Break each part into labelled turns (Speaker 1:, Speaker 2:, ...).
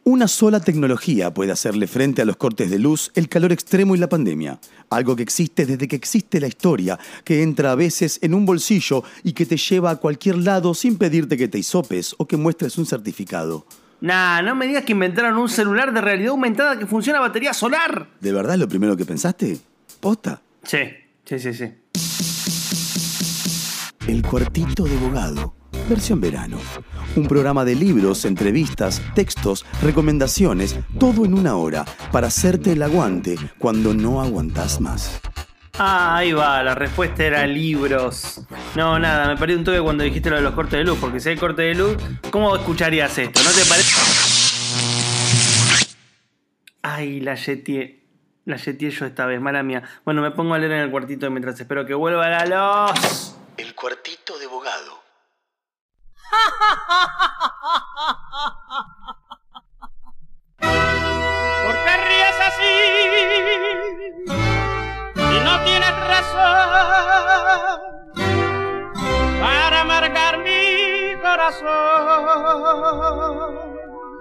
Speaker 1: Una sola tecnología puede hacerle frente a los cortes de luz, el calor extremo y la pandemia. Algo que existe desde que existe la historia, que entra a veces en un bolsillo y que te lleva a cualquier lado sin pedirte que te hisopes o que muestres un certificado.
Speaker 2: Nah, no me digas que inventaron un celular de realidad aumentada que funciona a batería solar.
Speaker 1: ¿De verdad es lo primero que pensaste? ¿Posta?
Speaker 2: Sí.
Speaker 1: El Cuartito de Bogado, versión verano. Un programa de libros, entrevistas, textos, recomendaciones, todo en una hora, para hacerte el aguante cuando no aguantás más.
Speaker 2: Ah, ahí va, la respuesta era libros. No, nada, me perdí un toque cuando dijiste lo de los cortes de luz, porque si hay corte de luz, ¿cómo escucharías esto? ¿No te parece? Ay, la yeteé yo esta vez, mala mía. Bueno, me pongo a leer en el cuartito mientras espero que vuelva la luz.
Speaker 1: El Cuartito de Bogado.
Speaker 3: ¿Por qué ríes así? Y no tienes razón para amargar mi corazón.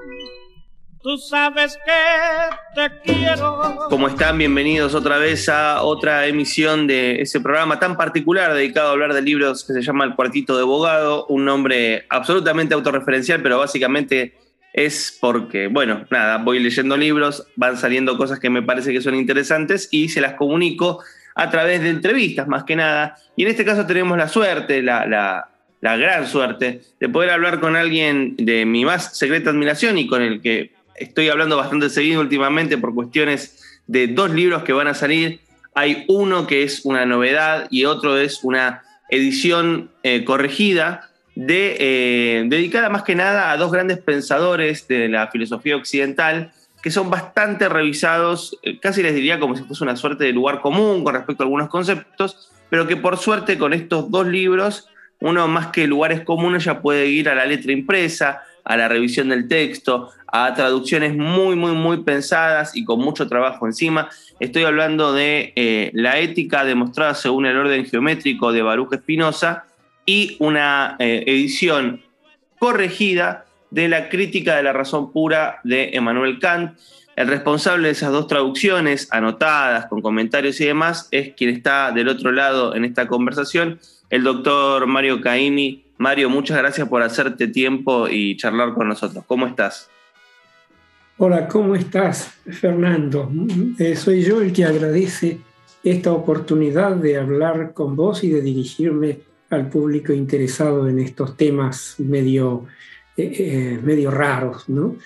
Speaker 3: Tú sabes que te quiero.
Speaker 2: ¿Cómo están? Bienvenidos otra vez a otra emisión de ese programa tan particular dedicado a hablar de libros que se llama El Cuartito de Bogado, un nombre absolutamente autorreferencial, pero básicamente es porque, bueno, nada, voy leyendo libros, van saliendo cosas que me parece que son interesantes y se las comunico a través de entrevistas, más que nada. Y en este caso tenemos la suerte, la gran suerte de poder hablar con alguien de mi más secreta admiración y con el que estoy hablando bastante seguido últimamente por cuestiones de dos libros que van a salir. Hay uno que es una novedad y otro es una edición corregida dedicada más que nada a dos grandes pensadores de la filosofía occidental que son bastante revisados, casi les diría como si fuese una suerte de lugar común con respecto a algunos conceptos, pero que por suerte con estos dos libros, uno más que lugares comunes ya puede ir a la letra impresa, a la revisión del texto, a traducciones muy pensadas y con mucho trabajo encima. Estoy hablando de La ética demostrada según el orden geométrico de Baruch Spinoza y una edición corregida de La crítica de la razón pura de Emmanuel Kant. El responsable de esas dos traducciones, anotadas, con comentarios y demás, es quien está del otro lado en esta conversación, el doctor Mario Caimi. Mario, muchas gracias por hacerte tiempo y charlar con nosotros. ¿Cómo estás?
Speaker 4: Hola, ¿cómo estás, Fernando? Soy yo el que agradece esta oportunidad de hablar con vos y de dirigirme al público interesado en estos temas medio raros, ¿no?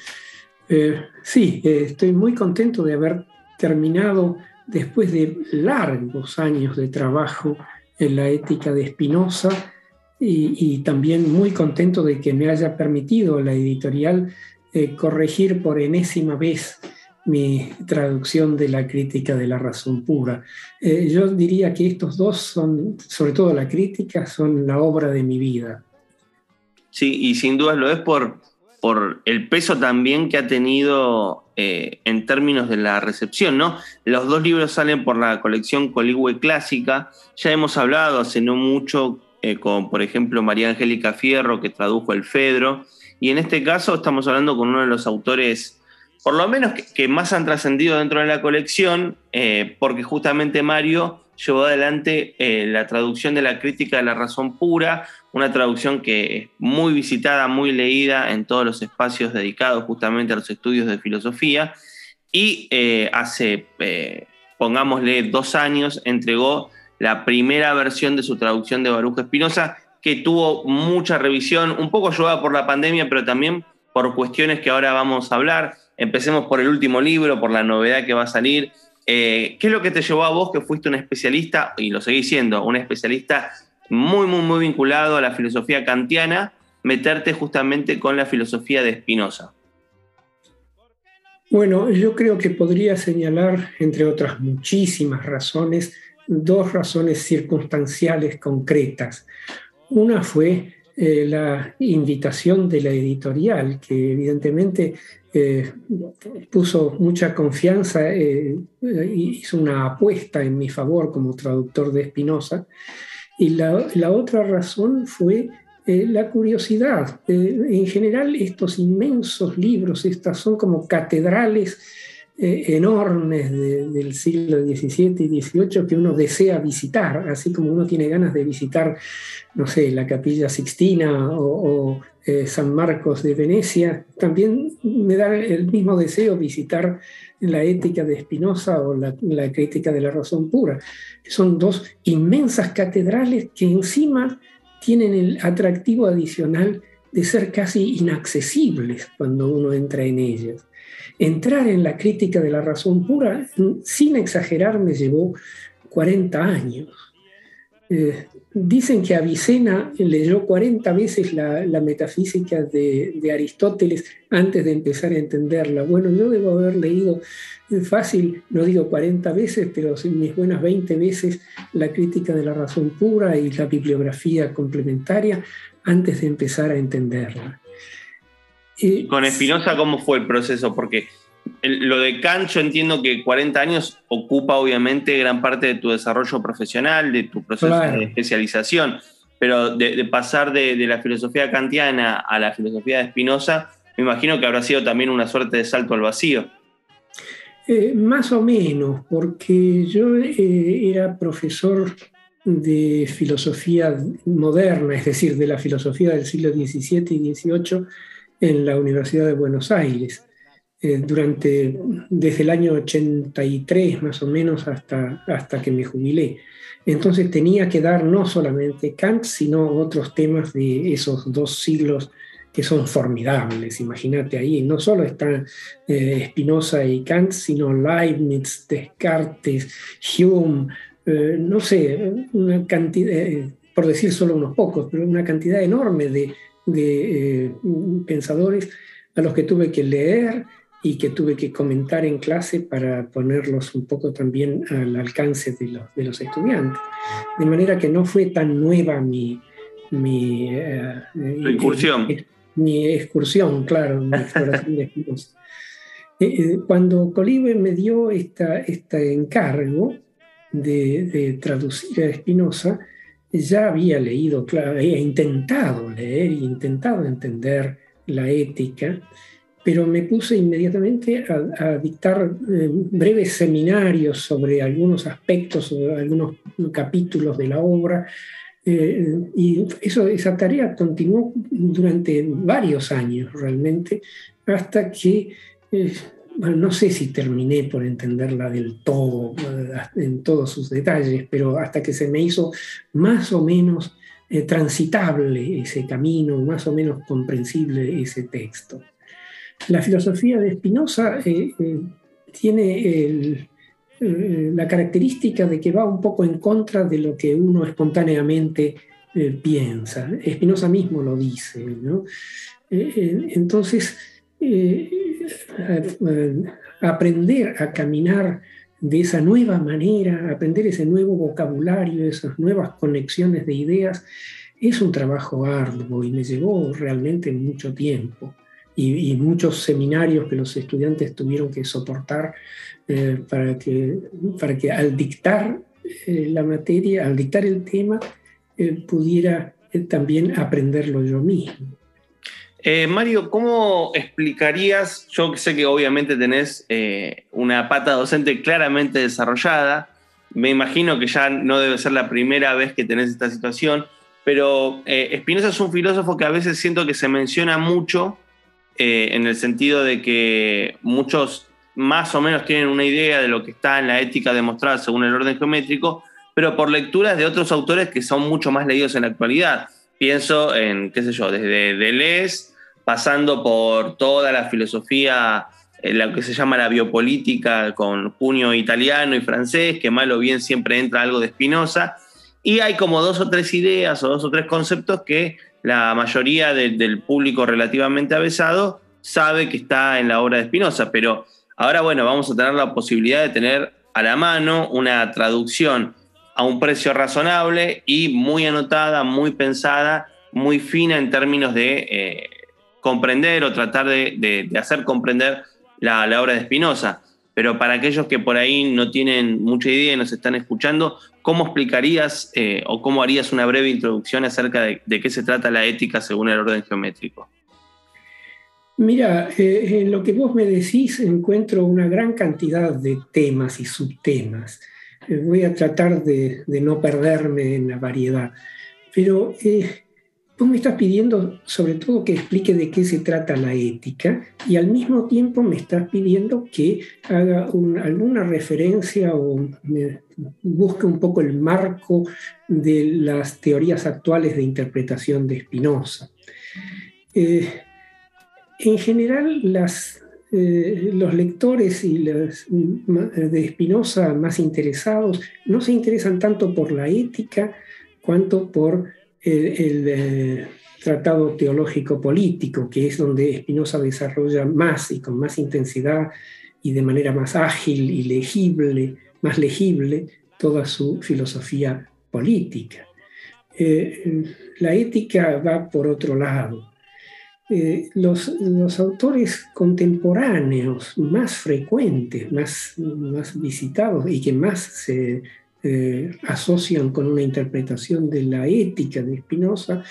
Speaker 4: Sí, estoy muy contento de haber terminado después de largos años de trabajo en la ética de Spinoza y también muy contento de que me haya permitido la editorial corregir por enésima vez mi traducción de La crítica de la razón pura. Yo diría que estos dos son, sobre todo la crítica, son la obra de mi vida.
Speaker 2: Sí, y sin dudas lo es por el peso también que ha tenido en términos de la recepción, ¿no? Los dos libros salen por la colección Coligüe Clásica. Ya hemos hablado hace no mucho con, por ejemplo, María Angélica Fierro, que tradujo el Fedro, y en este caso estamos hablando con uno de los autores, por lo menos que más han trascendido dentro de la colección, porque justamente Mario llevó adelante la traducción de La crítica de la razón pura, una traducción que es muy visitada, muy leída en todos los espacios dedicados justamente a los estudios de filosofía, y hace, pongámosle 2 años, entregó la primera versión de su traducción de Baruch Spinoza, que tuvo mucha revisión, un poco ayudada por la pandemia, pero también por cuestiones que ahora vamos a hablar. Empecemos por el último libro, por la novedad que va a salir. ¿Qué es lo que te llevó a vos, que fuiste un especialista, y lo seguís siendo, un especialista muy vinculado a la filosofía kantiana, meterte justamente con la filosofía de Spinoza?
Speaker 4: Bueno, yo creo que podría señalar, entre otras muchísimas razones, 2 razones circunstanciales concretas. Una fue la invitación de la editorial, que evidentemente puso mucha confianza, hizo una apuesta en mi favor como traductor de Spinoza. Y la otra razón fue la curiosidad. En general, estos inmensos libros, estas son como catedrales enormes del siglo XVII y XVIII que uno desea visitar, así como uno tiene ganas de visitar, no sé, la Capilla Sixtina o San Marcos de Venecia. También me da el mismo deseo visitar la Ética de Spinoza o la Crítica de la Razón Pura. Son dos inmensas catedrales que encima tienen el atractivo adicional de ser casi inaccesibles cuando uno entra en ellas. Entrar en la Crítica de la Razón Pura, sin exagerar, me llevó 40 años. Dicen que Avicena leyó 40 veces la metafísica de Aristóteles antes de empezar a entenderla. Bueno, yo debo haber leído fácil, no digo 40 veces, pero mis buenas 20 veces la Crítica de la Razón Pura y la bibliografía complementaria antes de empezar a entenderla.
Speaker 2: Con Spinoza, ¿cómo fue el proceso? Porque lo de Kant, yo entiendo que 40 años ocupa obviamente gran parte de tu desarrollo profesional, de tu proceso de especialización, pero de pasar de la filosofía kantiana a la filosofía de Spinoza, me imagino que habrá sido también una suerte de salto al vacío.
Speaker 4: Más o menos, porque yo era profesor de filosofía moderna, es decir, de la filosofía del siglo XVII y XVIII en la Universidad de Buenos Aires, desde el año 83 más o menos hasta que me jubilé. Entonces tenía que dar no solamente Kant, sino otros temas de esos 2 siglos que son formidables. Imagínate ahí, no solo están Spinoza y Kant, sino Leibniz, Descartes, Hume, no sé, una cantidad, por decir solo unos pocos, pero una cantidad enorme de pensadores a los que tuve que leer y que tuve que comentar en clase para ponerlos un poco también al alcance de los estudiantes. De manera que no fue tan nueva mi
Speaker 2: incursión.
Speaker 4: Mi excursión, claro, mi exploración de Spinoza. Cuando Colibe me dio este encargo de traducir a Spinoza, ya había leído, claro, he intentado leer y intentado entender la ética, pero me puse inmediatamente a dictar breves seminarios sobre algunos aspectos, sobre algunos capítulos de la obra, y esa tarea continuó durante varios años realmente, hasta que bueno, no sé si terminé por entenderla del todo, en todos sus detalles, pero hasta que se me hizo más o menos transitable ese camino, más o menos comprensible ese texto. La filosofía de Spinoza tiene la característica de que va un poco en contra de lo que uno espontáneamente piensa. Spinoza mismo lo dice, ¿no? Entonces, aprender a caminar de esa nueva manera, aprender ese nuevo vocabulario, esas nuevas conexiones de ideas, es un trabajo arduo y me llevó realmente mucho tiempo y muchos seminarios que los estudiantes tuvieron que soportar para que al dictar la materia, al dictar el tema, pudiera también aprenderlo yo mismo.
Speaker 2: Mario, ¿cómo explicarías? Yo sé que obviamente tenés una pata docente claramente desarrollada, me imagino que ya no debe ser la primera vez que tenés esta situación, pero Spinoza es un filósofo que a veces siento que se menciona mucho en el sentido de que muchos más o menos tienen una idea de lo que está en la ética demostrada según el orden geométrico, pero por lecturas de otros autores que son mucho más leídos en la actualidad. Pienso en, qué sé yo, desde Deleuze, pasando por toda la filosofía, lo que se llama la biopolítica, con puño italiano y francés, que mal o bien siempre entra algo de Spinoza, y hay como 2 o 3 ideas o 2 o 3 conceptos que la mayoría del público relativamente avesado sabe que está en la obra de Spinoza, pero ahora, bueno, vamos a tener la posibilidad de tener a la mano una traducción a un precio razonable y muy anotada, muy pensada, muy fina en términos de comprender o tratar de hacer comprender la obra de Spinoza. pero para aquellos que por ahí no tienen mucha idea y nos están escuchando, ¿cómo explicarías o cómo harías una breve introducción acerca de qué se trata la ética según el orden geométrico?
Speaker 4: Mira, en lo que vos me decís encuentro una gran cantidad de temas y subtemas. Voy a tratar de no perderme en la variedad, pero vos me estás pidiendo sobre todo que explique de qué se trata la ética y al mismo tiempo me estás pidiendo que haga alguna referencia o busque un poco el marco de las teorías actuales de interpretación de Spinoza. En general, los lectores de Spinoza más interesados no se interesan tanto por la ética cuanto por el tratado teológico político, que es donde Spinoza desarrolla más y con más intensidad y de manera más ágil y legible, más legible, toda su filosofía política. La ética va por otro lado. Los autores contemporáneos más frecuentes, más visitados y que más se asocian con una interpretación de la ética de Spinoza,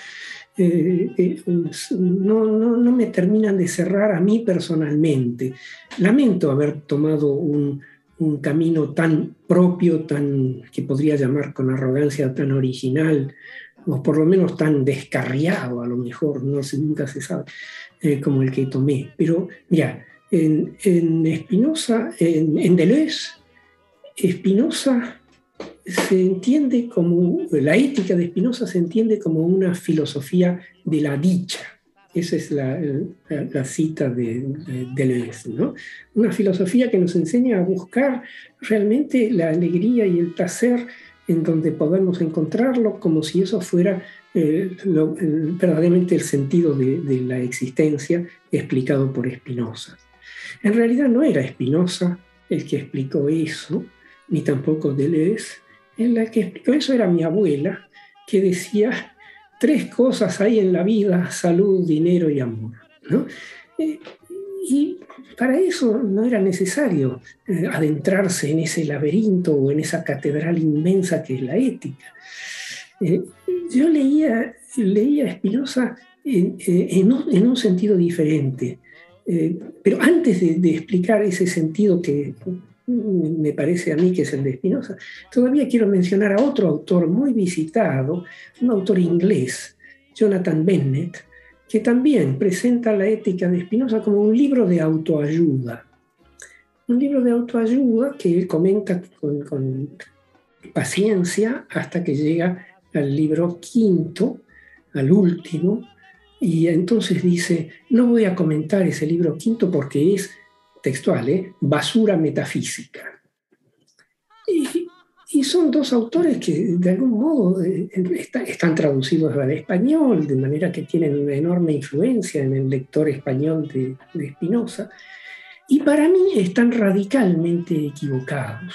Speaker 4: no me terminan de cerrar a mí personalmente. Lamento haber tomado un camino tan propio, que podría llamar con arrogancia tan original, o por lo menos tan descarriado, a lo mejor, nunca se sabe, como el que tomé. Pero mira, en Spinoza, en Deleuze, Spinoza se entiende como, la ética de Spinoza se entiende como una filosofía de la dicha. Esa es la cita de Deleuze, ¿no? Una filosofía que nos enseña a buscar realmente la alegría y el placer en donde podemos encontrarlo, como si eso fuera verdaderamente el sentido de la existencia explicado por Spinoza. En realidad no era Spinoza el que explicó eso, ni tampoco Deleuze. La que explicó eso era mi abuela, que decía: 3 cosas hay en la vida: salud, dinero y amor, ¿no? Y para eso no era necesario adentrarse en ese laberinto o en esa catedral inmensa que es la ética. Yo leía a Spinoza en un sentido diferente, pero antes de explicar ese sentido que me parece a mí que es el de Spinoza, todavía quiero mencionar a otro autor muy visitado, un autor inglés, Jonathan Bennett, que también presenta la ética de Spinoza como un libro de autoayuda. Un libro de autoayuda que él comenta con paciencia hasta que llega al libro 5, al último, y entonces dice: no voy a comentar ese libro 5 porque es textual, basura metafísica. Y son 2 autores que de algún modo están traducidos al español, de manera que tienen una enorme influencia en el lector español de Spinoza, y para mí están radicalmente equivocados.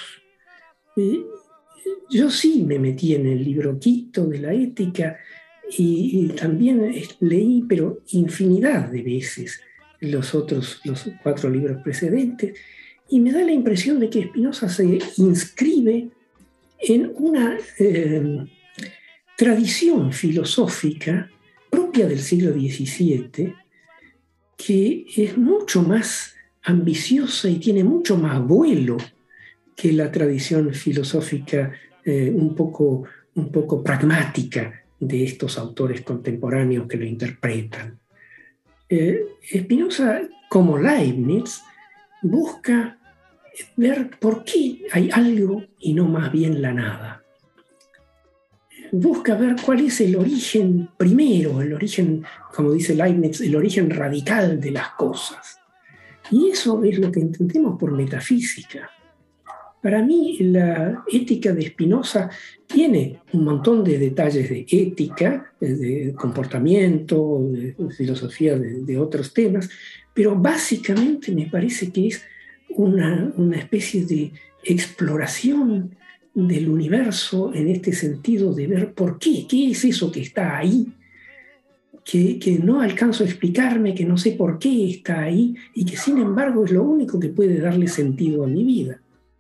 Speaker 4: Yo sí me metí en el libro quinto de la ética y también leí, pero infinidad de veces, los 4 libros precedentes, y me da la impresión de que Spinoza se inscribe en una tradición filosófica propia del siglo XVII, que es mucho más ambiciosa y tiene mucho más vuelo que la tradición filosófica un poco pragmática de estos autores contemporáneos que lo interpretan. Spinoza, como Leibniz, busca ver por qué hay algo y no más bien la nada. Busca ver cuál es el origen primero, el origen, como dice Leibniz, el origen radical de las cosas. Y eso es lo que entendemos por metafísica. Para mí, la ética de Spinoza tiene un montón de detalles de ética, de comportamiento, de filosofía de otros temas, pero básicamente me parece que es una especie de exploración del universo en este sentido de ver por qué es eso que está ahí, que no alcanzo a explicarme, que no sé por qué está ahí y que sin embargo es lo único que puede darle sentido a mi vida.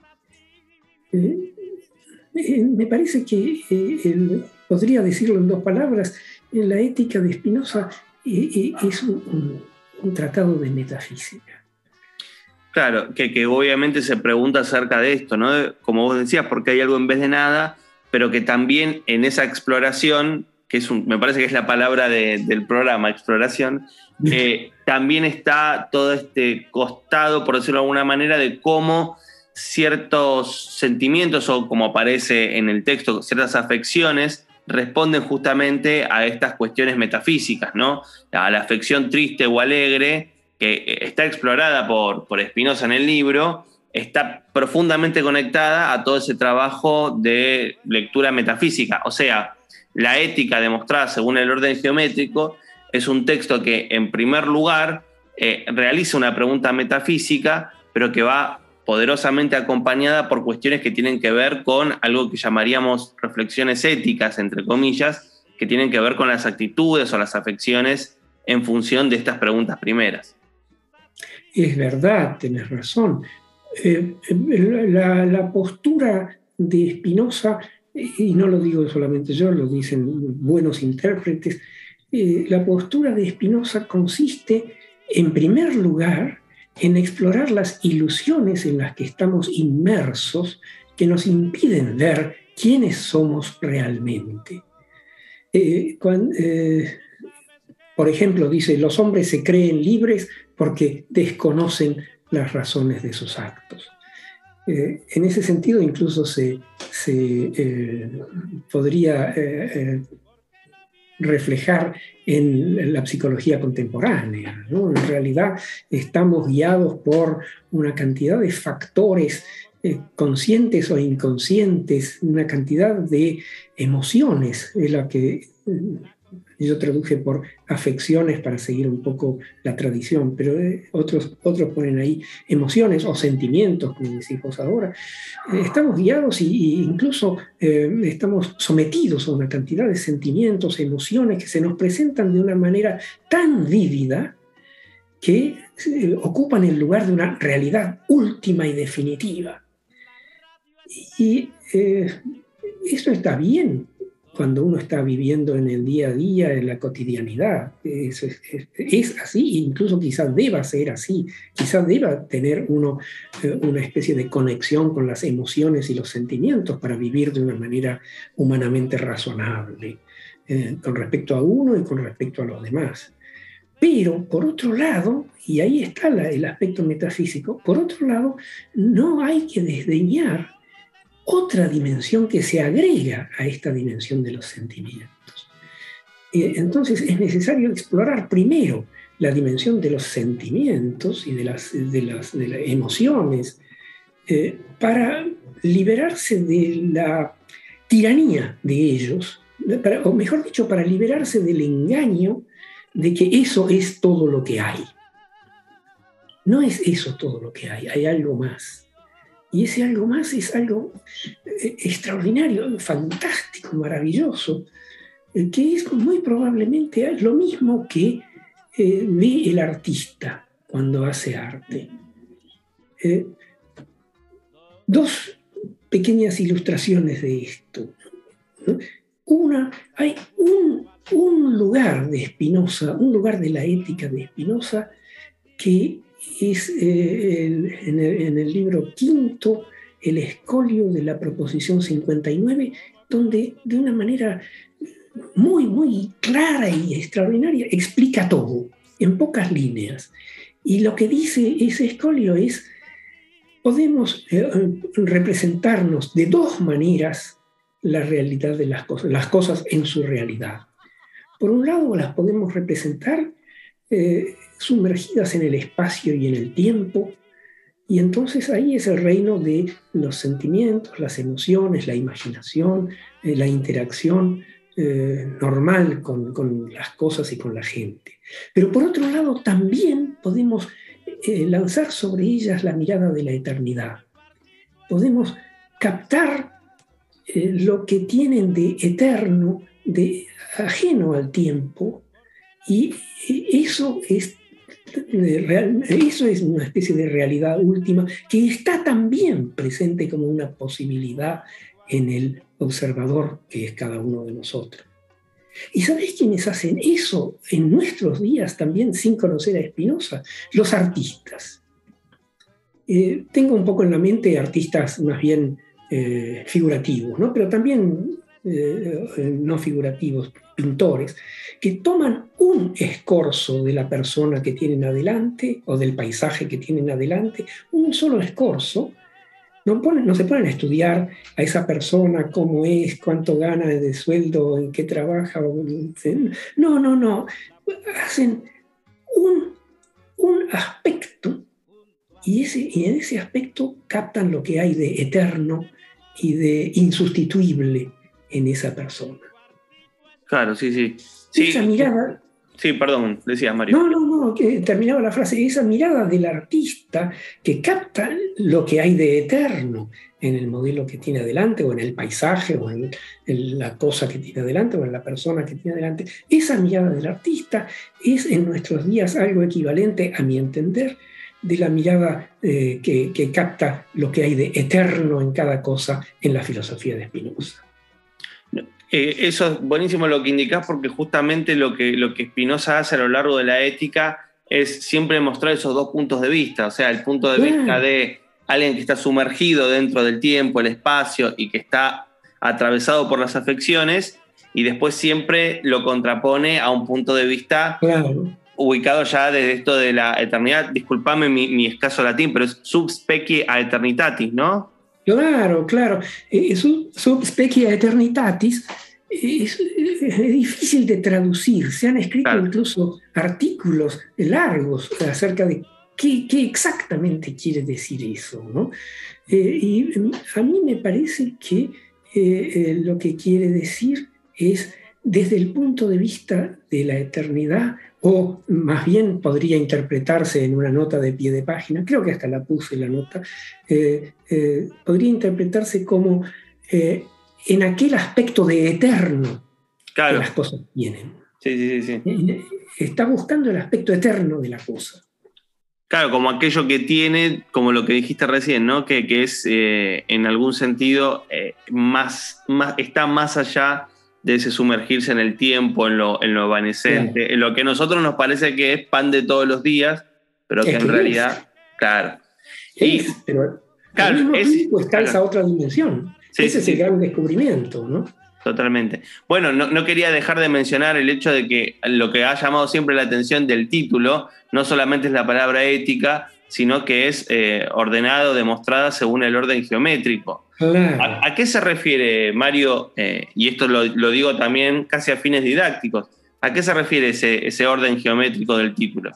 Speaker 4: Me parece que podría decirlo en 2 palabras, la ética de Spinoza es un tratado de metafísica.
Speaker 2: Claro, que obviamente se pregunta acerca de esto, ¿no? Como vos decías, porque hay algo en vez de nada, pero que también en esa exploración, que me parece que es la palabra del programa, exploración, también está todo este costado, por decirlo de alguna manera, de cómo ciertos sentimientos, o como aparece en el texto, ciertas afecciones, responden justamente a estas cuestiones metafísicas, ¿no? A la afección triste o alegre, que está explorada por Spinoza en el libro, está profundamente conectada a todo ese trabajo de lectura metafísica. O sea, la ética demostrada según el orden geométrico es un texto que, en primer lugar, realiza una pregunta metafísica, pero que va poderosamente acompañada por cuestiones que tienen que ver con algo que llamaríamos reflexiones éticas, entre comillas, que tienen que ver con las actitudes o las afecciones en función de estas preguntas primeras.
Speaker 4: Es verdad, tenés razón. La postura de Spinoza, y no lo digo solamente yo, lo dicen buenos intérpretes, la postura de Spinoza consiste, en primer lugar, en explorar las ilusiones en las que estamos inmersos, que nos impiden ver quiénes somos realmente. Por ejemplo, dice, los hombres se creen libres porque desconocen las razones de sus actos. En ese sentido, incluso se podría reflejar en la psicología contemporánea, ¿no? En realidad estamos guiados por una cantidad de factores conscientes o inconscientes, una cantidad de emociones, es la que yo traduje por afecciones para seguir un poco la tradición, pero otros ponen ahí emociones o sentimientos, como decís vos ahora. Estamos guiados e incluso estamos sometidos a una cantidad de sentimientos, emociones que se nos presentan de una manera tan vívida que ocupan el lugar de una realidad última y definitiva. Y eso está bien cuando uno está viviendo en el día a día, en la cotidianidad. Es así, incluso quizás deba ser así, quizás deba tener uno una especie de conexión con las emociones y los sentimientos para vivir de una manera humanamente razonable, con respecto a uno y con respecto a los demás. Pero, por otro lado, y ahí está el aspecto metafísico, por otro lado, no hay que desdeñar otra dimensión que se agrega a esta dimensión de los sentimientos. Entonces es necesario explorar primero la dimensión de los sentimientos y de las emociones para liberarse de la tiranía de ellos, o mejor dicho, para liberarse del engaño de que eso es todo lo que hay. No es eso todo lo que hay algo más. Y ese algo más es algo extraordinario, fantástico, maravilloso, que es muy probablemente lo mismo que ve el artista cuando hace arte. 2 pequeñas ilustraciones de esto. Una, hay un lugar de Spinoza, un lugar de la ética de Spinoza que es en el libro quinto, el escolio de la proposición 59, donde de una manera muy, muy clara y extraordinaria explica todo en pocas líneas. Y lo que dice ese escolio es: podemos representarnos de 2 maneras la realidad de las cosas en su realidad. Por un lado, las podemos representar sumergidas en el espacio y en el tiempo, y entonces ahí es el reino de los sentimientos, las emociones, la imaginación, la interacción normal con las cosas y con la gente. Pero por otro lado también podemos lanzar sobre ellas la mirada de la eternidad. Podemos captar lo que tienen de eterno, de ajeno al tiempo, Y eso es una especie de realidad última que está también presente como una posibilidad en el observador que es cada uno de nosotros. ¿Y sabéis quiénes hacen eso en nuestros días también sin conocer a Spinoza? Los artistas. Tengo un poco en la mente artistas más bien figurativos, ¿no? Pero también no figurativos, pintores, que toman un escorzo de la persona que tienen adelante o del paisaje que tienen adelante, un solo escorzo. No se ponen a estudiar a esa persona, cómo es, cuánto gana de sueldo, en qué trabaja. No. Hacen un aspecto y en ese aspecto captan lo que hay de eterno y de insustituible en esa persona.
Speaker 2: Claro, sí.
Speaker 4: Esa mirada...
Speaker 2: Sí, perdón, decía Mario.
Speaker 4: No, que terminaba la frase. Esa mirada del artista que capta lo que hay de eterno en el modelo que tiene adelante, o en el paisaje, o en la cosa que tiene adelante, o en la persona que tiene adelante. Esa mirada del artista es en nuestros días algo equivalente, a mi entender, de la mirada que capta lo que hay de eterno en cada cosa en la filosofía de Spinoza.
Speaker 2: Eso es buenísimo lo que indicás, porque justamente lo que Spinoza hace a lo largo de la ética es siempre mostrar esos dos puntos de vista, o sea, el punto de vista de alguien que está sumergido dentro del tiempo, el espacio, y que está atravesado por las afecciones, y después siempre lo contrapone a un punto de vista ubicado ya desde esto de la eternidad. Disculpame mi escaso latín, pero es sub specie a eternitatis, ¿no?
Speaker 4: Claro. Sub specie a eternitatis es difícil de traducir. Se han escrito incluso artículos largos acerca de qué exactamente quiere decir eso, ¿no? Y a mí me parece que lo que quiere decir es desde el punto de vista de la eternidad, o más bien podría interpretarse en una nota de pie de página, creo que hasta la puse la nota, podría interpretarse como en aquel aspecto de eterno que las cosas tienen.
Speaker 2: Sí.
Speaker 4: Está buscando el aspecto eterno de la cosa.
Speaker 2: Claro, como aquello que tiene, como lo que dijiste recién, ¿no? Que es en algún sentido está más allá de ese sumergirse en el tiempo, en lo evanescente, en lo que a nosotros nos parece que es pan de todos los días, pero que en realidad,
Speaker 4: pero al mismo tiempo está esa otra dimensión. Ese es el gran descubrimiento, ¿no?
Speaker 2: Totalmente. Bueno, no quería dejar de mencionar el hecho de que lo que ha llamado siempre la atención del título no solamente es la palabra ética, sino que es ordenado, demostrada según el orden geométrico.
Speaker 4: Claro.
Speaker 2: ¿A qué se refiere, Mario? Y esto lo digo también casi a fines didácticos. ¿A qué se refiere ese orden geométrico del título?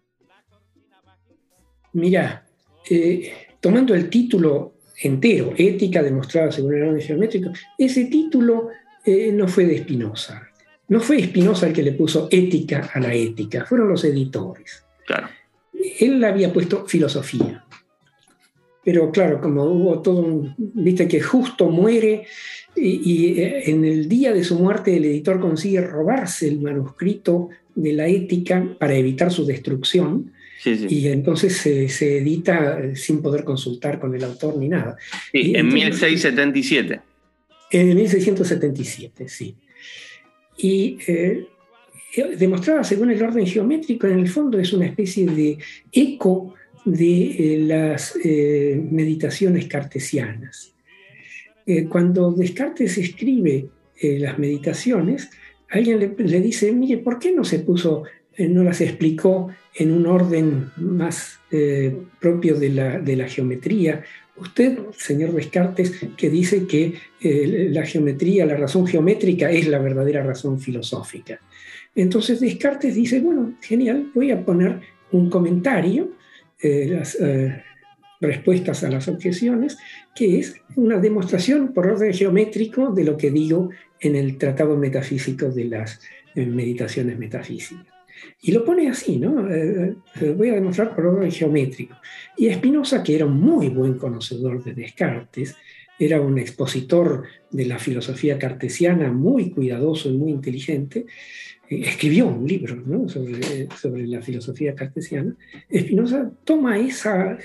Speaker 4: Mirá, tomando el título entero, Ética demostrada según el orden geométrico, ese título no fue de Spinoza. No fue Spinoza el que le puso ética a la ética, fueron los editores.
Speaker 2: Claro.
Speaker 4: Él le había puesto filosofía. Pero claro, como hubo viste que justo muere y en el día de su muerte el editor consigue robarse el manuscrito de la ética para evitar su destrucción.
Speaker 2: Sí.
Speaker 4: Y entonces se edita sin poder consultar con el autor ni nada.
Speaker 2: Sí, en 1677.
Speaker 4: En 1677, sí. Y demostrada según el orden geométrico, en el fondo es una especie de eco de las meditaciones cartesianas. Cuando Descartes escribe las meditaciones, alguien le dice, mire, ¿por qué no las explicó en un orden más propio de la geometría? Usted, señor Descartes, que dice que la geometría, la razón geométrica es la verdadera razón filosófica. Entonces Descartes dice, bueno, genial, voy a poner un comentario, las respuestas a las objeciones, que es una demostración por orden geométrico de lo que digo en el Tratado Metafísico de las Meditaciones Metafísicas. Y lo pone así, ¿no? Voy a demostrar por orden geométrico. Y Spinoza, que era un muy buen conocedor de Descartes, era un expositor de la filosofía cartesiana muy cuidadoso y muy inteligente, escribió un libro, ¿no?, sobre la filosofía cartesiana, Spinoza toma esa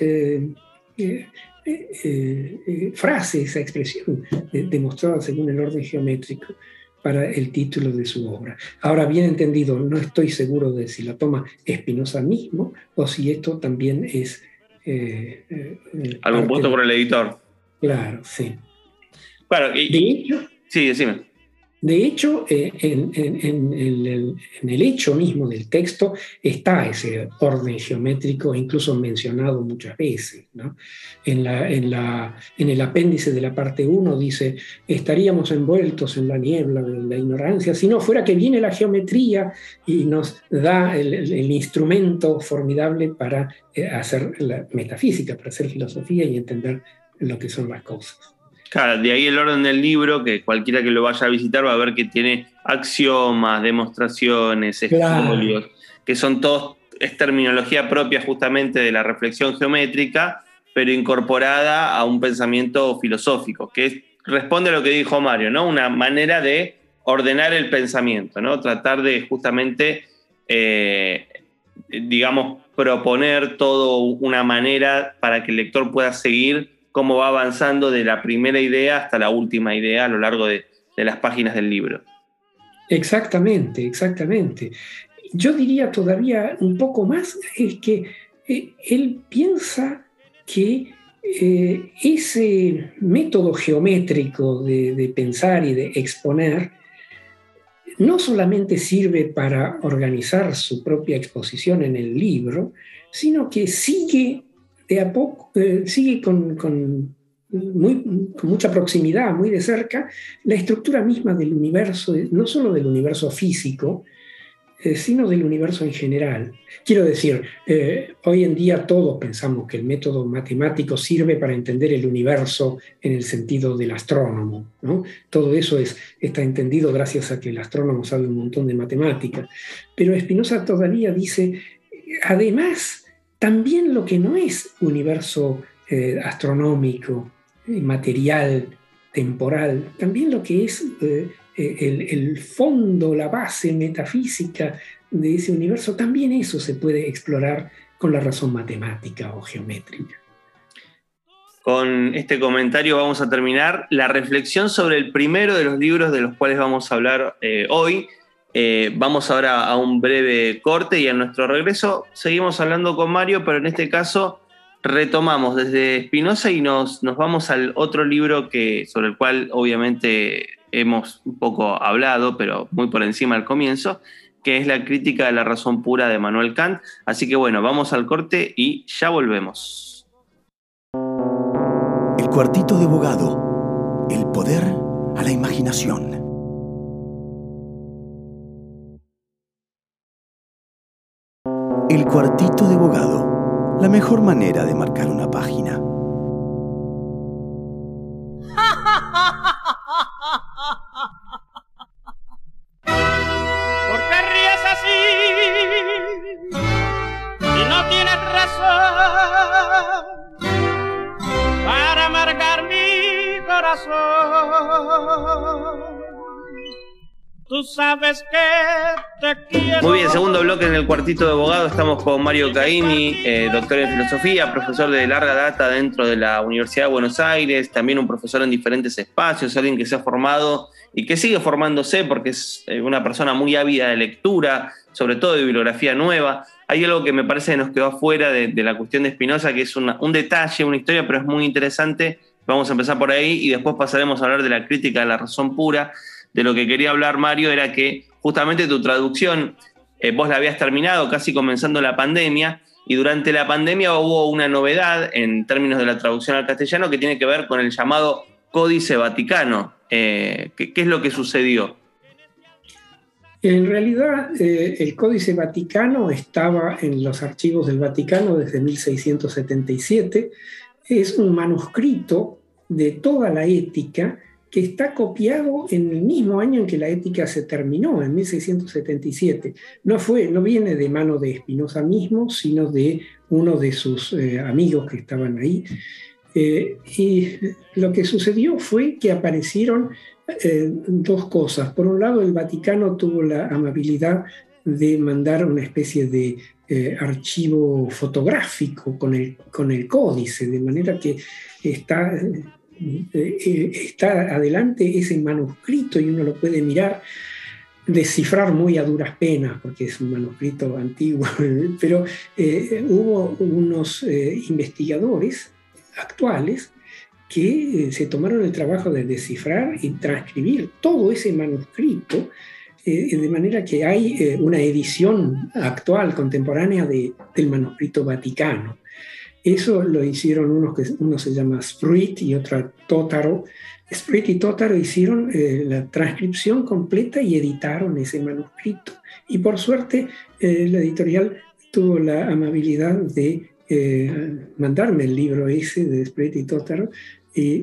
Speaker 4: frase, esa expresión demostrada según el orden geométrico para el título de su obra. Ahora, bien entendido, no estoy seguro de si la toma Spinoza mismo o si esto también es
Speaker 2: algo puesto por el editor.
Speaker 4: Claro, sí.
Speaker 2: Claro,
Speaker 4: de hecho,
Speaker 2: sí, decime.
Speaker 4: De hecho, en el hecho mismo del texto está ese orden geométrico, incluso mencionado muchas veces, ¿no? En el apéndice de la parte 1 dice: estaríamos envueltos en la niebla de la ignorancia si no fuera que viene la geometría y nos da el instrumento formidable para hacer la metafísica, para hacer filosofía y entender lo que son las cosas.
Speaker 2: Claro, de ahí el orden del libro, que cualquiera que lo vaya a visitar va a ver que tiene axiomas, demostraciones, espolios, claro, que son todos, es terminología propia justamente de la reflexión geométrica, pero incorporada a un pensamiento filosófico, que responde a lo que dijo Mario, ¿no? Una manera de ordenar el pensamiento, ¿no? Tratar de justamente, digamos, proponer toda una manera para que el lector pueda seguir cómo va avanzando de la primera idea hasta la última idea a lo largo de las páginas del libro.
Speaker 4: Exactamente, exactamente. Yo diría todavía un poco más, es que él piensa que ese método geométrico de pensar y de exponer no solamente sirve para organizar su propia exposición en el libro, sino que sigue de a poco, sigue con mucha proximidad, muy de cerca, la estructura misma del universo, no solo del universo físico, sino del universo en general. Quiero decir, hoy en día todos pensamos que el método matemático sirve para entender el universo en el sentido del astrónomo, ¿no? Todo eso está entendido gracias a que el astrónomo sabe un montón de matemática. Pero Spinoza todavía dice, además, también lo que no es universo astronómico, material, temporal, también lo que es el fondo, la base metafísica de ese universo, también eso se puede explorar con la razón matemática o geométrica.
Speaker 2: Con este comentario vamos a terminar la reflexión sobre el primero de los libros de los cuales vamos a hablar hoy. Vamos ahora a un breve corte y a nuestro regreso seguimos hablando con Mario, pero en este caso retomamos desde Spinoza y nos vamos al otro libro sobre el cual obviamente hemos un poco hablado, pero muy por encima al comienzo, que es La crítica de la razón pura de Immanuel Kant. Así que bueno, vamos al corte y ya volvemos.
Speaker 1: El cuartito de abogado, el poder a la imaginación. El cuartito de abogado, la mejor manera de marcar una página.
Speaker 3: ¿Por qué ríes así? Si no tienes razón para amargar mi corazón. Tú sabes que te quiero.
Speaker 2: Muy bien, segundo bloque en el cuartito de abogado. Estamos con Mario Caimi, doctor en filosofía, profesor de larga data dentro de la Universidad de Buenos Aires, también un profesor en diferentes espacios, alguien que se ha formado y que sigue formándose porque es una persona muy ávida de lectura, sobre todo de bibliografía nueva. Hay algo que me parece que nos quedó afuera de la cuestión de Spinoza, que es un detalle, una historia, pero es muy interesante. Vamos a empezar por ahí y después pasaremos a hablar de la crítica de la razón pura. De lo que quería hablar, Mario, era que justamente tu traducción, vos la habías terminado casi comenzando la pandemia, y durante la pandemia hubo una novedad en términos de la traducción al castellano que tiene que ver con el llamado Códice Vaticano. ¿Qué es lo que sucedió?
Speaker 4: En realidad, el Códice Vaticano estaba en los archivos del Vaticano desde 1677. Es un manuscrito de toda la ética que está copiado en el mismo año en que la ética se terminó, en 1677. No viene de mano de Spinoza mismo, sino de uno de sus amigos que estaban ahí. Y lo que sucedió fue que aparecieron dos cosas. Por un lado, el Vaticano tuvo la amabilidad de mandar una especie de archivo fotográfico con el códice, de manera que está adelante ese manuscrito y uno lo puede mirar, descifrar muy a duras penas, porque es un manuscrito antiguo, pero hubo unos investigadores actuales que se tomaron el trabajo de descifrar y transcribir todo ese manuscrito, de manera que hay una edición actual, contemporánea del manuscrito vaticano. Eso lo hicieron uno se llama Spruit y otra Totaro. Spruit y Totaro hicieron la transcripción completa y editaron ese manuscrito. Y por suerte la editorial tuvo la amabilidad de mandarme el libro ese de Spruit y Totaro. Y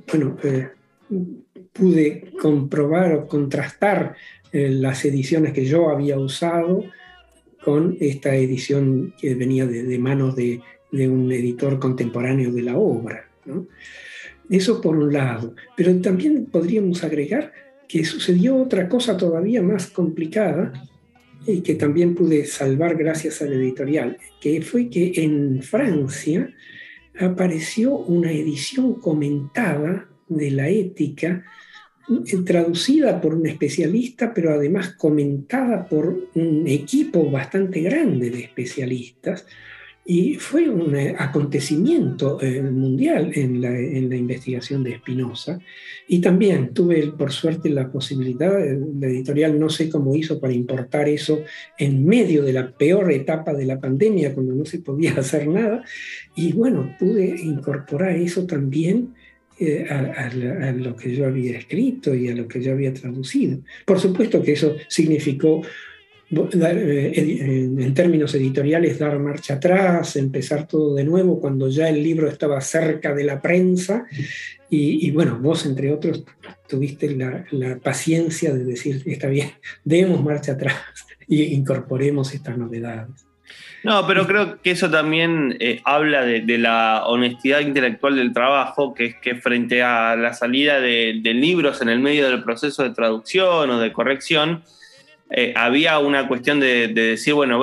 Speaker 4: pude comprobar o contrastar las ediciones que yo había usado con esta edición que venía de manos de un editor contemporáneo de la obra, ¿no? Eso por un lado. Pero también podríamos agregar que sucedió otra cosa todavía más complicada y que también pude salvar gracias a la editorial, que fue que en Francia apareció una edición comentada de la Ética, traducida por un especialista, pero además comentada por un equipo bastante grande de especialistas, y fue un acontecimiento mundial en la investigación de Spinoza. Y también tuve, por suerte, la posibilidad, la editorial no sé cómo hizo para importar eso en medio de la peor etapa de la pandemia, cuando no se podía hacer nada, y bueno, pude incorporar eso también a lo que yo había escrito y a lo que yo había traducido. Por supuesto que eso significó, en términos editoriales, dar marcha atrás, empezar todo de nuevo cuando ya el libro estaba cerca de la prensa. Y bueno, vos, entre otros, tuviste la paciencia de decir, está bien, demos marcha atrás y incorporemos estas novedades.
Speaker 2: No, pero creo que eso también habla de la honestidad intelectual del trabajo, que es que frente a la salida de libros en el medio del proceso de traducción o de corrección, había una cuestión de decir, bueno,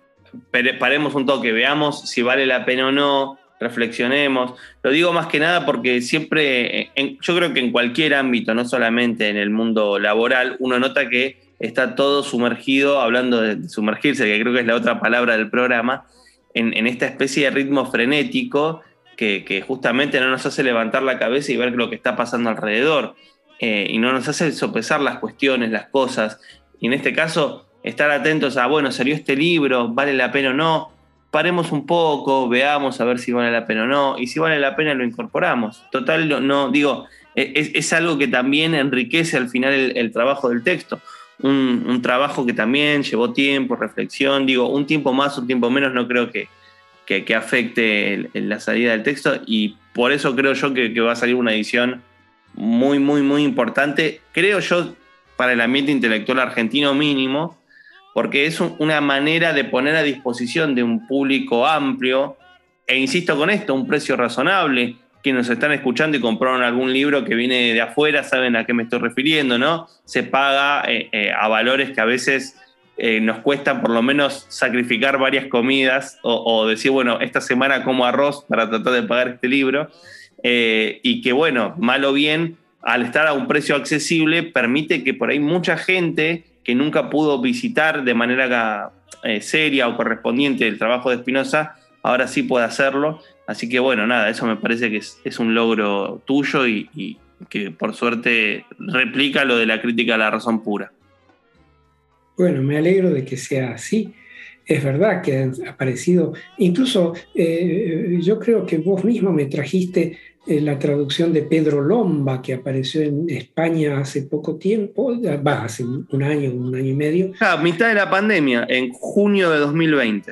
Speaker 2: paremos un toque, veamos si vale la pena o no, reflexionemos. Lo digo más que nada porque siempre, yo creo que en cualquier ámbito, no solamente en el mundo laboral, uno nota que está todo sumergido, hablando de sumergirse, que creo que es la otra palabra del programa, en esta especie de ritmo frenético que justamente no nos hace levantar la cabeza y ver lo que está pasando alrededor, y no nos hace sopesar las cuestiones, las cosas. Y en este caso, estar atentos a, bueno, salió este libro, ¿vale la pena o no? Paremos un poco, veamos a ver si vale la pena o no, y si vale la pena lo incorporamos. Total, no digo, es algo que también enriquece al final el trabajo del texto. Un trabajo que también llevó tiempo, reflexión, digo, un tiempo más, un tiempo menos, no creo que afecte la salida del texto, y por eso creo yo que va a salir una edición muy, muy, muy importante, creo yo, para el ambiente intelectual argentino mínimo, porque es una manera de poner a disposición de un público amplio, e insisto con esto, un precio razonable. Quienes nos están escuchando y compraron algún libro que viene de afuera saben a qué me estoy refiriendo, ¿no? Se paga a valores que a veces nos cuesta por lo menos sacrificar varias comidas o decir, bueno, esta semana como arroz para tratar de pagar este libro, y que, bueno, mal o bien, al estar a un precio accesible, permite que por ahí mucha gente que nunca pudo visitar de manera seria o correspondiente el trabajo de Spinoza, ahora sí puede hacerlo. Así que bueno, nada, eso me parece que es un logro tuyo y que por suerte replica lo de la crítica a la razón pura.
Speaker 4: Bueno, me alegro de que sea así. Es verdad que han aparecido, incluso yo creo que vos mismo me trajiste la traducción de Pedro Lomba, que apareció en España hace poco tiempo, hace un año y medio.
Speaker 2: Mitad de la pandemia, en junio de 2020.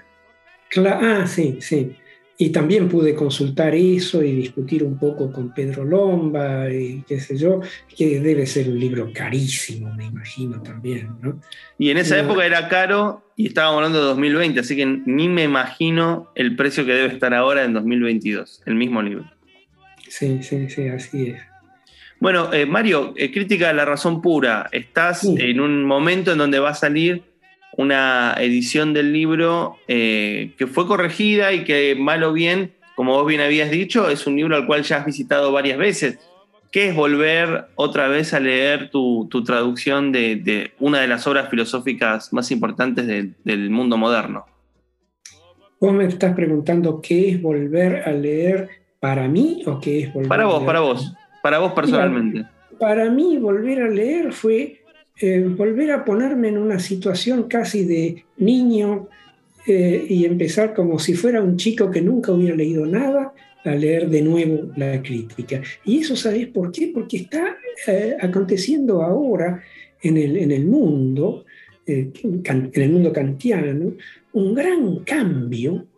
Speaker 4: Sí, sí. Y también pude consultar eso y discutir un poco con Pedro Lomba y qué sé yo, que debe ser un libro carísimo, me imagino también, ¿no?
Speaker 2: Y en esa época era caro y estábamos hablando de 2020, así que ni me imagino el precio que debe estar ahora en 2022, el mismo libro.
Speaker 4: Sí, así es.
Speaker 2: Bueno, Mario, Crítica de la razón pura. Estás en un momento en donde va a salir una edición del libro que fue corregida y que, mal o bien, como vos bien habías dicho, es un libro al cual ya has visitado varias veces. ¿Qué es volver otra vez a leer tu traducción de una de las obras filosóficas más importantes del mundo moderno?
Speaker 4: Vos me estás preguntando qué es volver a leer para mí o qué es volver
Speaker 2: para vos,
Speaker 4: a leer.
Speaker 2: Para vos personalmente.
Speaker 4: Mira, para mí volver a leer fue volver a ponerme en una situación casi de niño y empezar como si fuera un chico que nunca hubiera leído nada a leer de nuevo la crítica. Y eso, ¿sabés por qué? Porque está aconteciendo ahora en el mundo, en el mundo kantiano, un gran cambio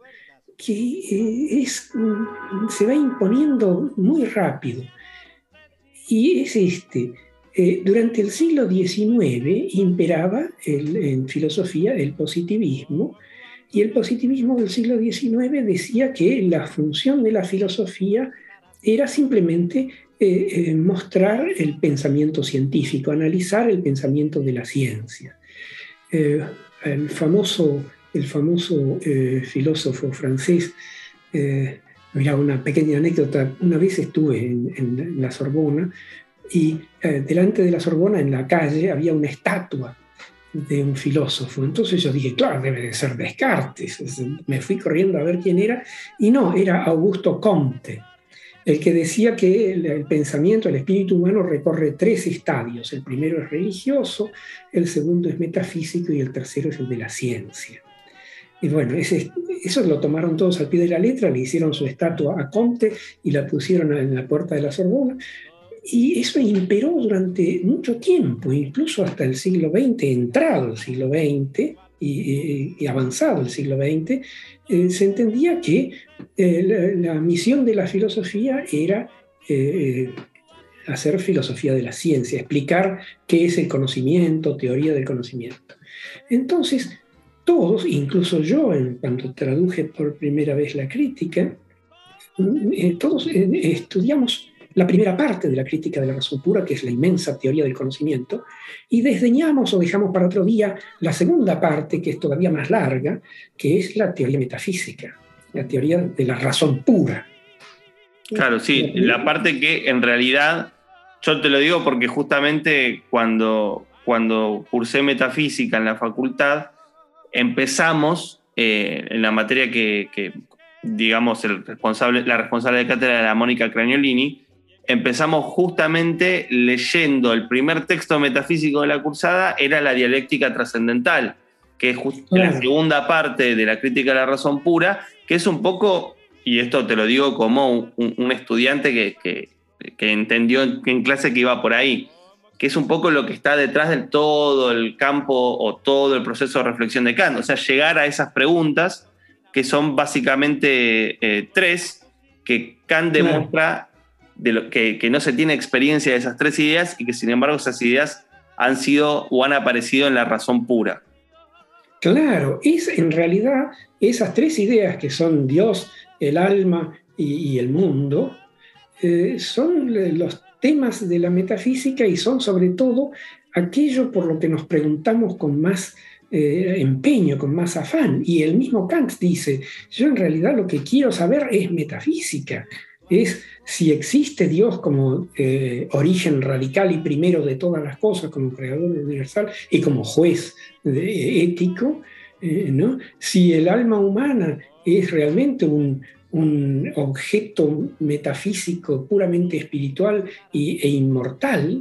Speaker 4: que se va imponiendo muy rápido. Y es durante el siglo XIX imperaba en filosofía el positivismo, y el positivismo del siglo XIX decía que la función de la filosofía era simplemente mostrar el pensamiento científico, analizar el pensamiento de la ciencia. El famoso filósofo francés, mira, una pequeña anécdota, una vez estuve en la Sorbona y delante de la Sorbona, en la calle, había una estatua de un filósofo. Entonces yo dije, claro, debe de ser Descartes. Me fui corriendo a ver quién era, y no, era Augusto Comte, el que decía que el pensamiento, el espíritu humano recorre 3 estadios. El primero es religioso, el segundo es metafísico y el tercero es el de la ciencia. Y bueno, eso lo tomaron todos al pie de la letra, le hicieron su estatua a Comte y la pusieron en la puerta de la Sorbona. Y eso imperó durante mucho tiempo, incluso hasta el siglo XX, entrado el siglo XX y avanzado el siglo XX, se entendía que la misión de la filosofía era hacer filosofía de la ciencia, explicar qué es el conocimiento, teoría del conocimiento. Entonces, todos, incluso yo, cuando traduje por primera vez la crítica, todos estudiamos la primera parte de la crítica de la razón pura, que es la inmensa teoría del conocimiento, y desdeñamos o dejamos para otro día la segunda parte, que es todavía más larga, que es la teoría metafísica, la teoría de la razón pura.
Speaker 2: Claro, sí, la parte que en realidad, yo te lo digo porque justamente cuando cursé metafísica en la facultad, empezamos en la materia que digamos, la responsable de cátedra era Mónica Craniolini. Empezamos justamente leyendo el primer texto metafísico de la cursada, era la dialéctica trascendental, que es la segunda parte de la crítica de la razón pura, que es un poco, y esto te lo digo como un estudiante que entendió en clase que iba por ahí, que es un poco lo que está detrás de todo el campo o todo el proceso de reflexión de Kant. O sea, llegar a esas preguntas, que son básicamente 3, que Kant demuestra que no se tiene experiencia de esas 3 ideas y que sin embargo esas ideas han sido o han aparecido en la razón pura.
Speaker 4: Claro, en realidad esas 3 ideas que son Dios, el alma y el mundo, son los temas de la metafísica y son sobre todo aquello por lo que nos preguntamos con más empeño, con más afán. Y el mismo Kant dice, yo en realidad lo que quiero saber es metafísica, es si existe Dios como origen radical y primero de todas las cosas, como creador universal y como juez ético, ¿no? Si el alma humana es realmente un objeto metafísico puramente espiritual e inmortal,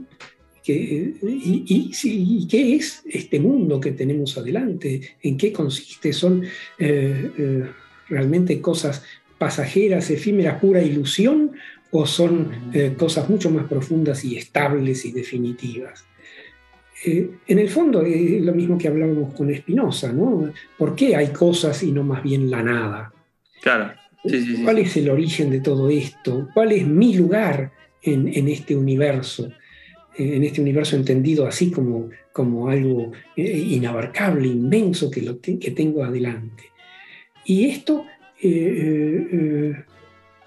Speaker 4: ¿y qué es este mundo que tenemos adelante? ¿En qué consiste? ¿Son realmente cosas pasajeras, efímeras, pura ilusión, o son cosas mucho más profundas y estables y definitivas? En el fondo es lo mismo que hablábamos con Spinoza, ¿no? ¿Por qué hay cosas y no más bien la nada?
Speaker 2: Claro. Sí.
Speaker 4: ¿Cuál es el origen de todo esto? ¿Cuál es mi lugar en este universo? En este universo entendido así como algo inabarcable, inmenso que tengo adelante. Y esto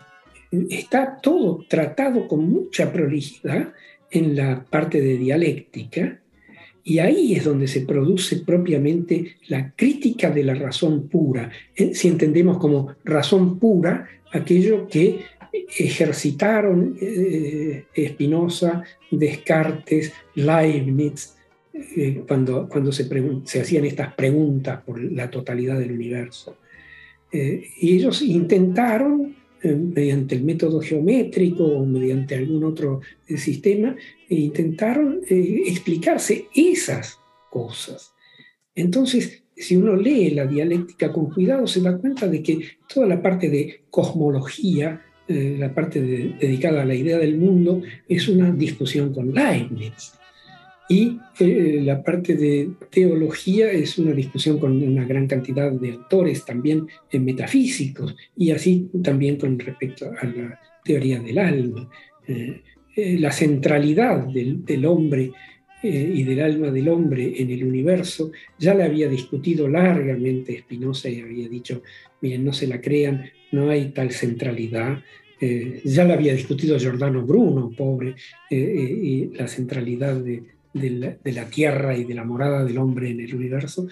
Speaker 4: está todo tratado con mucha prolijidad en la parte de dialéctica, y ahí es donde se produce propiamente la crítica de la razón pura, si entendemos como razón pura aquello que ejercitaron Spinoza, Descartes, Leibniz, cuando se hacían estas preguntas por la totalidad del universo. Y ellos intentaron, mediante el método geométrico o mediante algún otro sistema, intentaron explicarse esas cosas. Entonces, si uno lee la dialéctica con cuidado, se da cuenta de que toda la parte de cosmología, la parte dedicada a la idea del mundo, es una discusión con Leibniz. Y la parte de teología es una discusión con una gran cantidad de autores también metafísicos, y así también con respecto a la teoría del alma. La centralidad del hombre y del alma del hombre en el universo ya la había discutido largamente Spinoza, y había dicho, miren, no se la crean, no hay tal centralidad. Ya la había discutido Giordano Bruno, pobre, y la centralidad de la tierra y de la morada del hombre en el universo.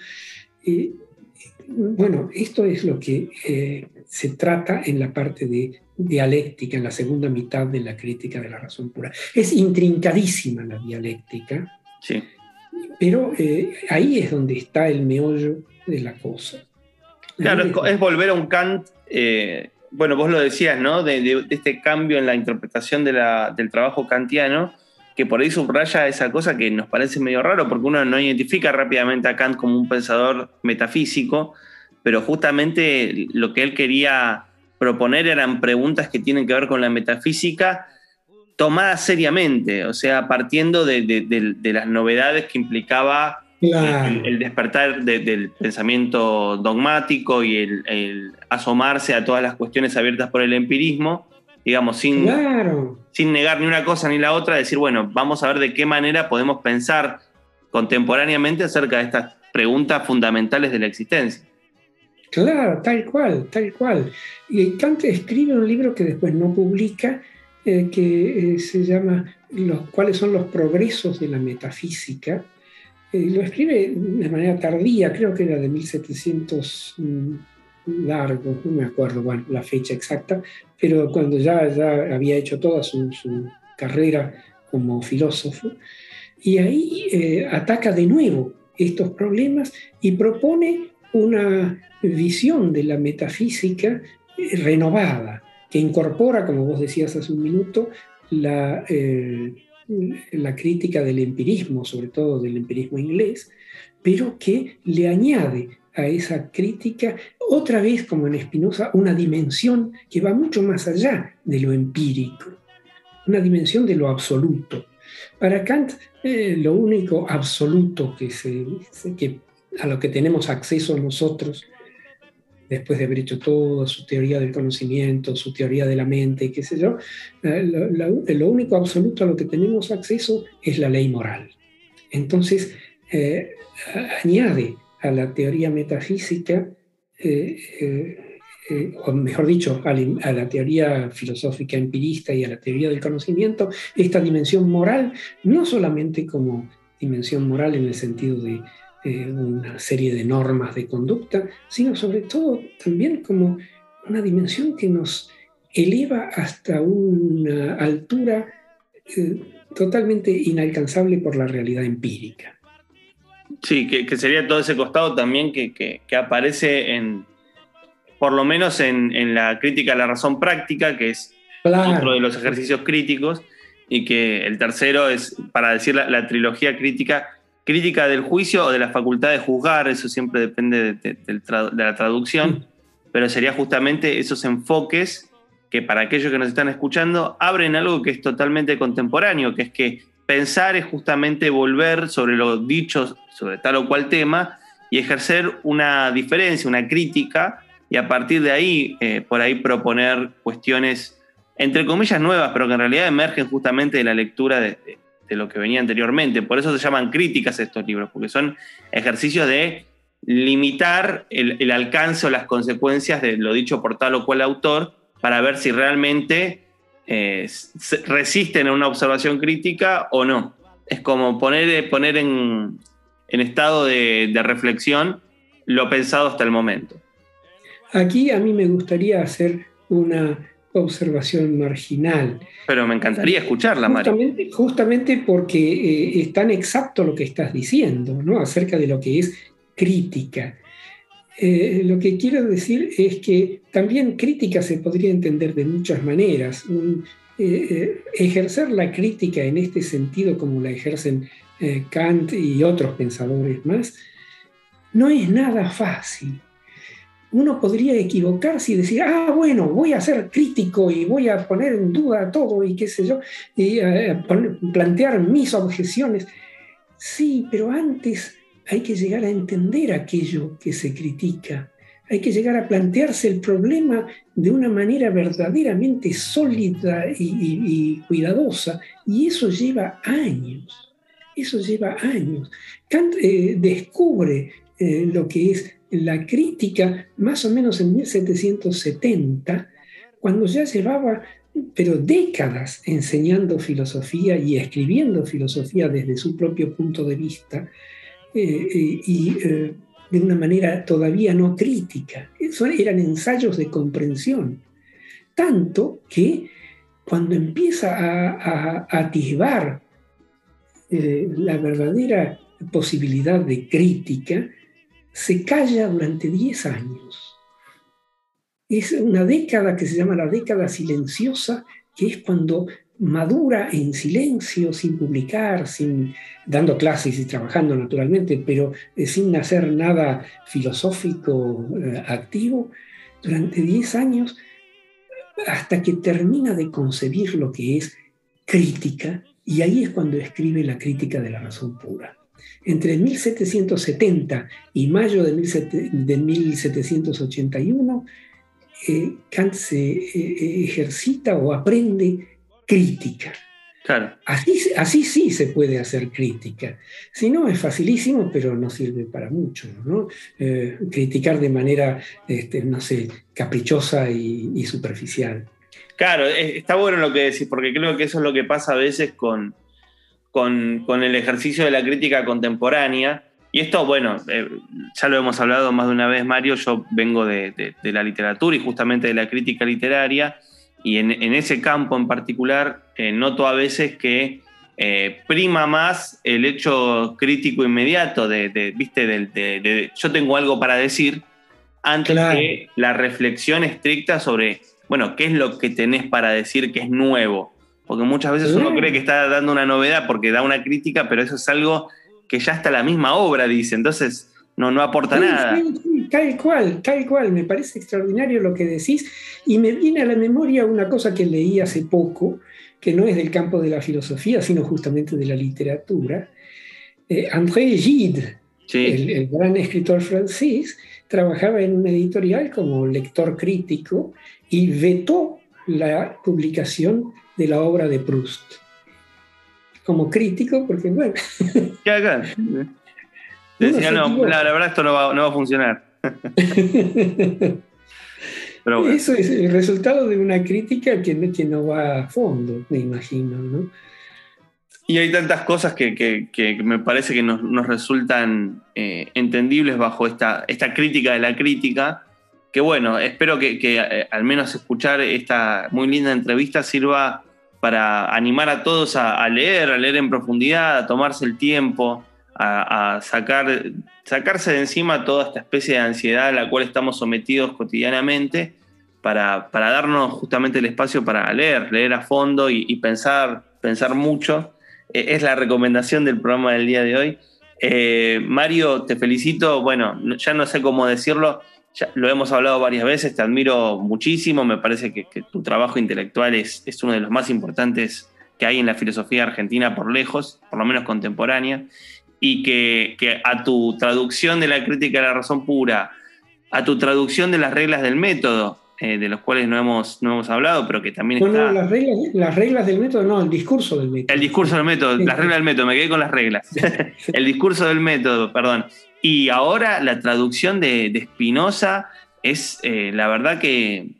Speaker 4: Bueno, esto es lo que se trata en la parte de dialéctica, en la segunda mitad de la crítica de la razón pura. Es intrincadísima la dialéctica,
Speaker 2: sí,
Speaker 4: pero ahí es donde está el meollo de la cosa.
Speaker 2: Claro, es volver a un Kant, bueno, vos lo decías, ¿no? De este cambio en la interpretación del trabajo kantiano, que por ahí subraya esa cosa que nos parece medio raro, porque uno no identifica rápidamente a Kant como un pensador metafísico, pero justamente lo que él quería proponer eran preguntas que tienen que ver con la metafísica tomadas seriamente, o sea, partiendo de las novedades que implicaba el despertar del pensamiento dogmático y el asomarse a todas las cuestiones abiertas por el empirismo, digamos, sin negar ni una cosa ni la otra, decir, bueno, vamos a ver de qué manera podemos pensar contemporáneamente acerca de estas preguntas fundamentales de la existencia.
Speaker 4: Claro, tal cual, tal cual. Y Kant escribe un libro que después no publica, que se llama ¿Cuáles son los progresos de la metafísica? Lo escribe de manera tardía, creo que era de 1700 largo, no me acuerdo la fecha exacta, pero cuando ya había hecho toda su carrera como filósofo, y ahí ataca de nuevo estos problemas y propone una visión de la metafísica renovada, que incorpora, como vos decías hace un minuto, la crítica del empirismo, sobre todo del empirismo inglés, pero que le añade a esa crítica, otra vez como en Spinoza, una dimensión que va mucho más allá de lo empírico, una dimensión de lo absoluto. Para Kant, lo único absoluto que a lo que tenemos acceso nosotros, después de haber hecho toda su teoría del conocimiento, su teoría de la mente, qué sé yo, lo único absoluto a lo que tenemos acceso es la ley moral. Entonces, añade a la teoría metafísica, o mejor dicho, a la teoría filosófica empirista y a la teoría del conocimiento, esta dimensión moral, no solamente como dimensión moral en el sentido de una serie de normas de conducta, sino sobre todo también como una dimensión que nos eleva hasta una altura totalmente inalcanzable por la realidad empírica.
Speaker 2: Sí, que sería todo ese costado también que aparece por lo menos en la crítica a la razón práctica, que es otro de los ejercicios críticos, y que el tercero es, para decir la trilogía crítica del juicio o de la facultad de juzgar, eso siempre depende de la traducción, pero sería justamente esos enfoques que para aquellos que nos están escuchando abren algo que es totalmente contemporáneo, que es que pensar es justamente volver sobre lo dicho sobre tal o cual tema y ejercer una diferencia, una crítica, y a partir de ahí, por ahí proponer cuestiones, entre comillas, nuevas, pero que en realidad emergen justamente de la lectura de lo que venía anteriormente. Por eso se llaman críticas estos libros, porque son ejercicios de limitar el alcance o las consecuencias de lo dicho por tal o cual autor, para ver si realmente resisten a una observación crítica o no. Es como poner en estado de reflexión lo pensado hasta el momento.
Speaker 4: Aquí a mí me gustaría hacer una observación marginal.
Speaker 2: Pero me encantaría escucharla, Mario.
Speaker 4: Justamente porque es tan exacto lo que estás diciendo, ¿no? Acerca de lo que es crítica. Lo que quiero decir es que también crítica se podría entender de muchas maneras. Ejercer la crítica en este sentido, como la ejercen Kant y otros pensadores más, no es nada fácil. Uno podría equivocarse y decir, bueno, voy a ser crítico y voy a poner en duda todo y qué sé yo, y plantear mis objeciones. Sí, pero antes hay que llegar a entender aquello que se critica. Hay que llegar a plantearse el problema de una manera verdaderamente sólida y cuidadosa, y eso lleva años. Eso lleva años. Kant descubre lo que es la crítica más o menos en 1770, cuando ya llevaba pero décadas enseñando filosofía y escribiendo filosofía desde su propio punto de vista, de una manera todavía no crítica. Eran ensayos de comprensión. Tanto que cuando empieza a atisbar la verdadera posibilidad de crítica, se calla durante 10 años. Es una década que se llama la década silenciosa, que es cuando madura en silencio, sin publicar, dando clases y trabajando naturalmente, pero sin hacer nada filosófico activo, durante 10 años, hasta que termina de concebir lo que es crítica, y ahí es cuando escribe la Crítica de la Razón Pura. Entre 1770 y mayo de 1781, Kant se ejercita o aprende crítica.
Speaker 2: Claro.
Speaker 4: Así sí se puede hacer crítica. Si no, es facilísimo, pero no sirve para mucho, ¿no? Criticar de manera, no sé, caprichosa y superficial.
Speaker 2: Claro, está bueno lo que decís, porque creo que eso es lo que pasa a veces con el ejercicio de la crítica contemporánea. Y esto, bueno, ya lo hemos hablado más de una vez, Mario. Yo vengo de la literatura y justamente de la crítica literaria, y en ese campo en particular noto a veces que prima más el hecho crítico inmediato de yo tengo algo para decir, antes que la reflexión estricta sobre, bueno, qué es lo que tenés para decir que es nuevo. Porque muchas veces uno cree que está dando una novedad porque da una crítica, pero eso es algo que ya hasta la misma obra dice, entonces no aporta nada.
Speaker 4: Sí, tal cual. Me parece extraordinario lo que decís, y me viene a la memoria una cosa que leí hace poco, que no es del campo de la filosofía, sino justamente de la literatura. André Gide, sí, el gran escritor francés, trabajaba en una editorial como lector crítico y vetó la publicación de la obra de Proust. Como crítico, porque bueno...
Speaker 2: Acá. Decía, la verdad esto no va a funcionar. Pero bueno.
Speaker 4: Eso es el resultado de una crítica que no va a fondo, me imagino, ¿no?
Speaker 2: Y hay tantas cosas que me parece que nos resultan entendibles bajo esta crítica de la crítica, que bueno, espero que al menos escuchar esta muy linda entrevista sirva para animar a todos a leer en profundidad, a tomarse el tiempo, a sacarse de encima toda esta especie de ansiedad a la cual estamos sometidos cotidianamente, para darnos justamente el espacio para leer a fondo y pensar mucho. Es la recomendación del programa del día de hoy. Mario, te felicito. Bueno, ya no sé cómo decirlo, ya lo hemos hablado varias veces, te admiro muchísimo, me parece que tu trabajo intelectual es uno de los más importantes que hay en la filosofía argentina por lejos, por lo menos contemporánea, y que a tu traducción de la Crítica de la Razón Pura, a tu traducción de las reglas del método, de los cuales no hemos hablado, pero que también está...
Speaker 4: No, las reglas del método, no, el discurso del método.
Speaker 2: El discurso del método, las reglas del método, me quedé con las reglas. El discurso del método, perdón. Y ahora la traducción de Spinoza es, la verdad que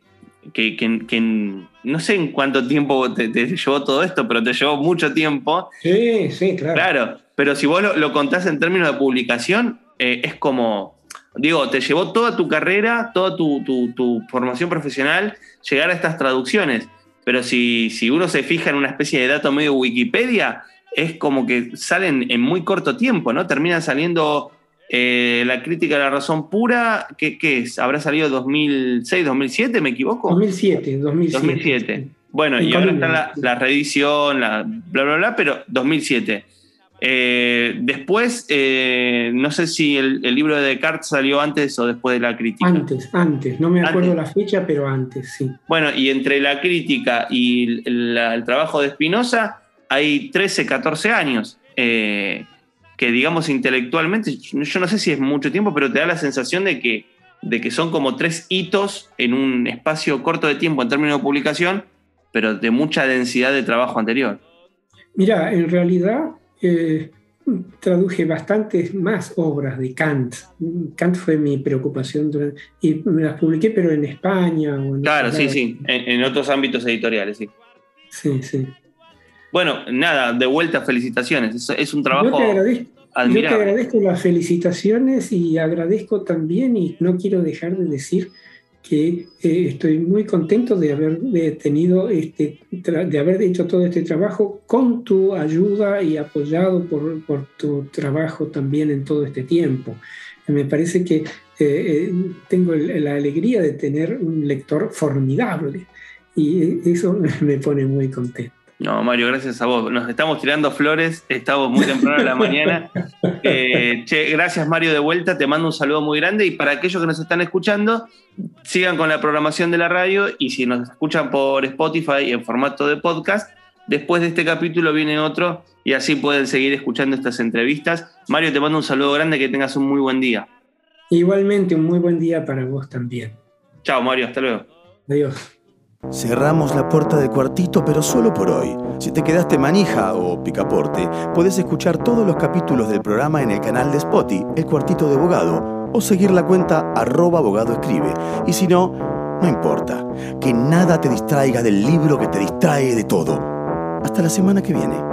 Speaker 2: que no sé en cuánto tiempo te llevó todo esto, pero te llevó mucho tiempo.
Speaker 4: Sí, claro.
Speaker 2: Claro, pero si vos lo contás en términos de publicación, es como, digo, te llevó toda tu carrera, toda tu formación profesional, llegar a estas traducciones. Pero si uno se fija en una especie de dato medio Wikipedia, es como que salen en muy corto tiempo, ¿no? Termina saliendo la crítica de la razón pura, ¿qué es? ¿Habrá salido 2006, 2007, me equivoco?
Speaker 4: 2007.
Speaker 2: Bueno,
Speaker 4: En
Speaker 2: y ahora
Speaker 4: Colombia.
Speaker 2: está la reedición, bla, bla, bla, pero 2007. Después, no sé si el libro de Descartes salió antes o después de la crítica.
Speaker 4: Antes. No me acuerdo
Speaker 2: Antes.
Speaker 4: la fecha, pero antes, sí.
Speaker 2: Bueno, y entre la crítica y el trabajo de Spinoza hay 13, 14 años. Que digamos intelectualmente, yo no sé si es mucho tiempo, pero te da la sensación de que son como 3 hitos en un espacio corto de tiempo en términos de publicación, pero de mucha densidad de trabajo anterior.
Speaker 4: Mira, en realidad traduje bastantes más obras de Kant. Kant fue mi preocupación y me las publiqué, pero en España. O en
Speaker 2: Claro,
Speaker 4: otros lados.
Speaker 2: sí, en otros ámbitos editoriales, sí.
Speaker 4: Sí.
Speaker 2: Bueno, nada, de vuelta, felicitaciones. Es un trabajo
Speaker 4: Yo te
Speaker 2: admirable.
Speaker 4: agradezco las felicitaciones y agradezco también, y no quiero dejar de decir que estoy muy contento de haber de haber hecho todo este trabajo con tu ayuda y apoyado por tu trabajo también en todo este tiempo. Me parece que tengo la alegría de tener un lector formidable y eso me pone muy contento.
Speaker 2: No, Mario, gracias a vos. Nos estamos tirando flores, estamos muy temprano en la mañana. Gracias, Mario, de vuelta. Te mando un saludo muy grande. Y para aquellos que nos están escuchando, sigan con la programación de la radio. Y si nos escuchan por Spotify en formato de podcast, después de este capítulo viene otro y así pueden seguir escuchando estas entrevistas. Mario, te mando un saludo grande, que tengas un muy buen día.
Speaker 4: Igualmente, un muy buen día para vos también.
Speaker 2: Chao, Mario, hasta luego.
Speaker 4: Adiós.
Speaker 1: Cerramos la puerta del cuartito, pero solo por hoy. Si te quedaste manija o picaporte, podés escuchar todos los capítulos del programa en el canal de Spotify, El Cuartito de Bogado, o seguir la cuenta @abogadoescribe. Y si no, no importa. Que nada te distraiga del libro que te distrae de todo. Hasta la semana que viene.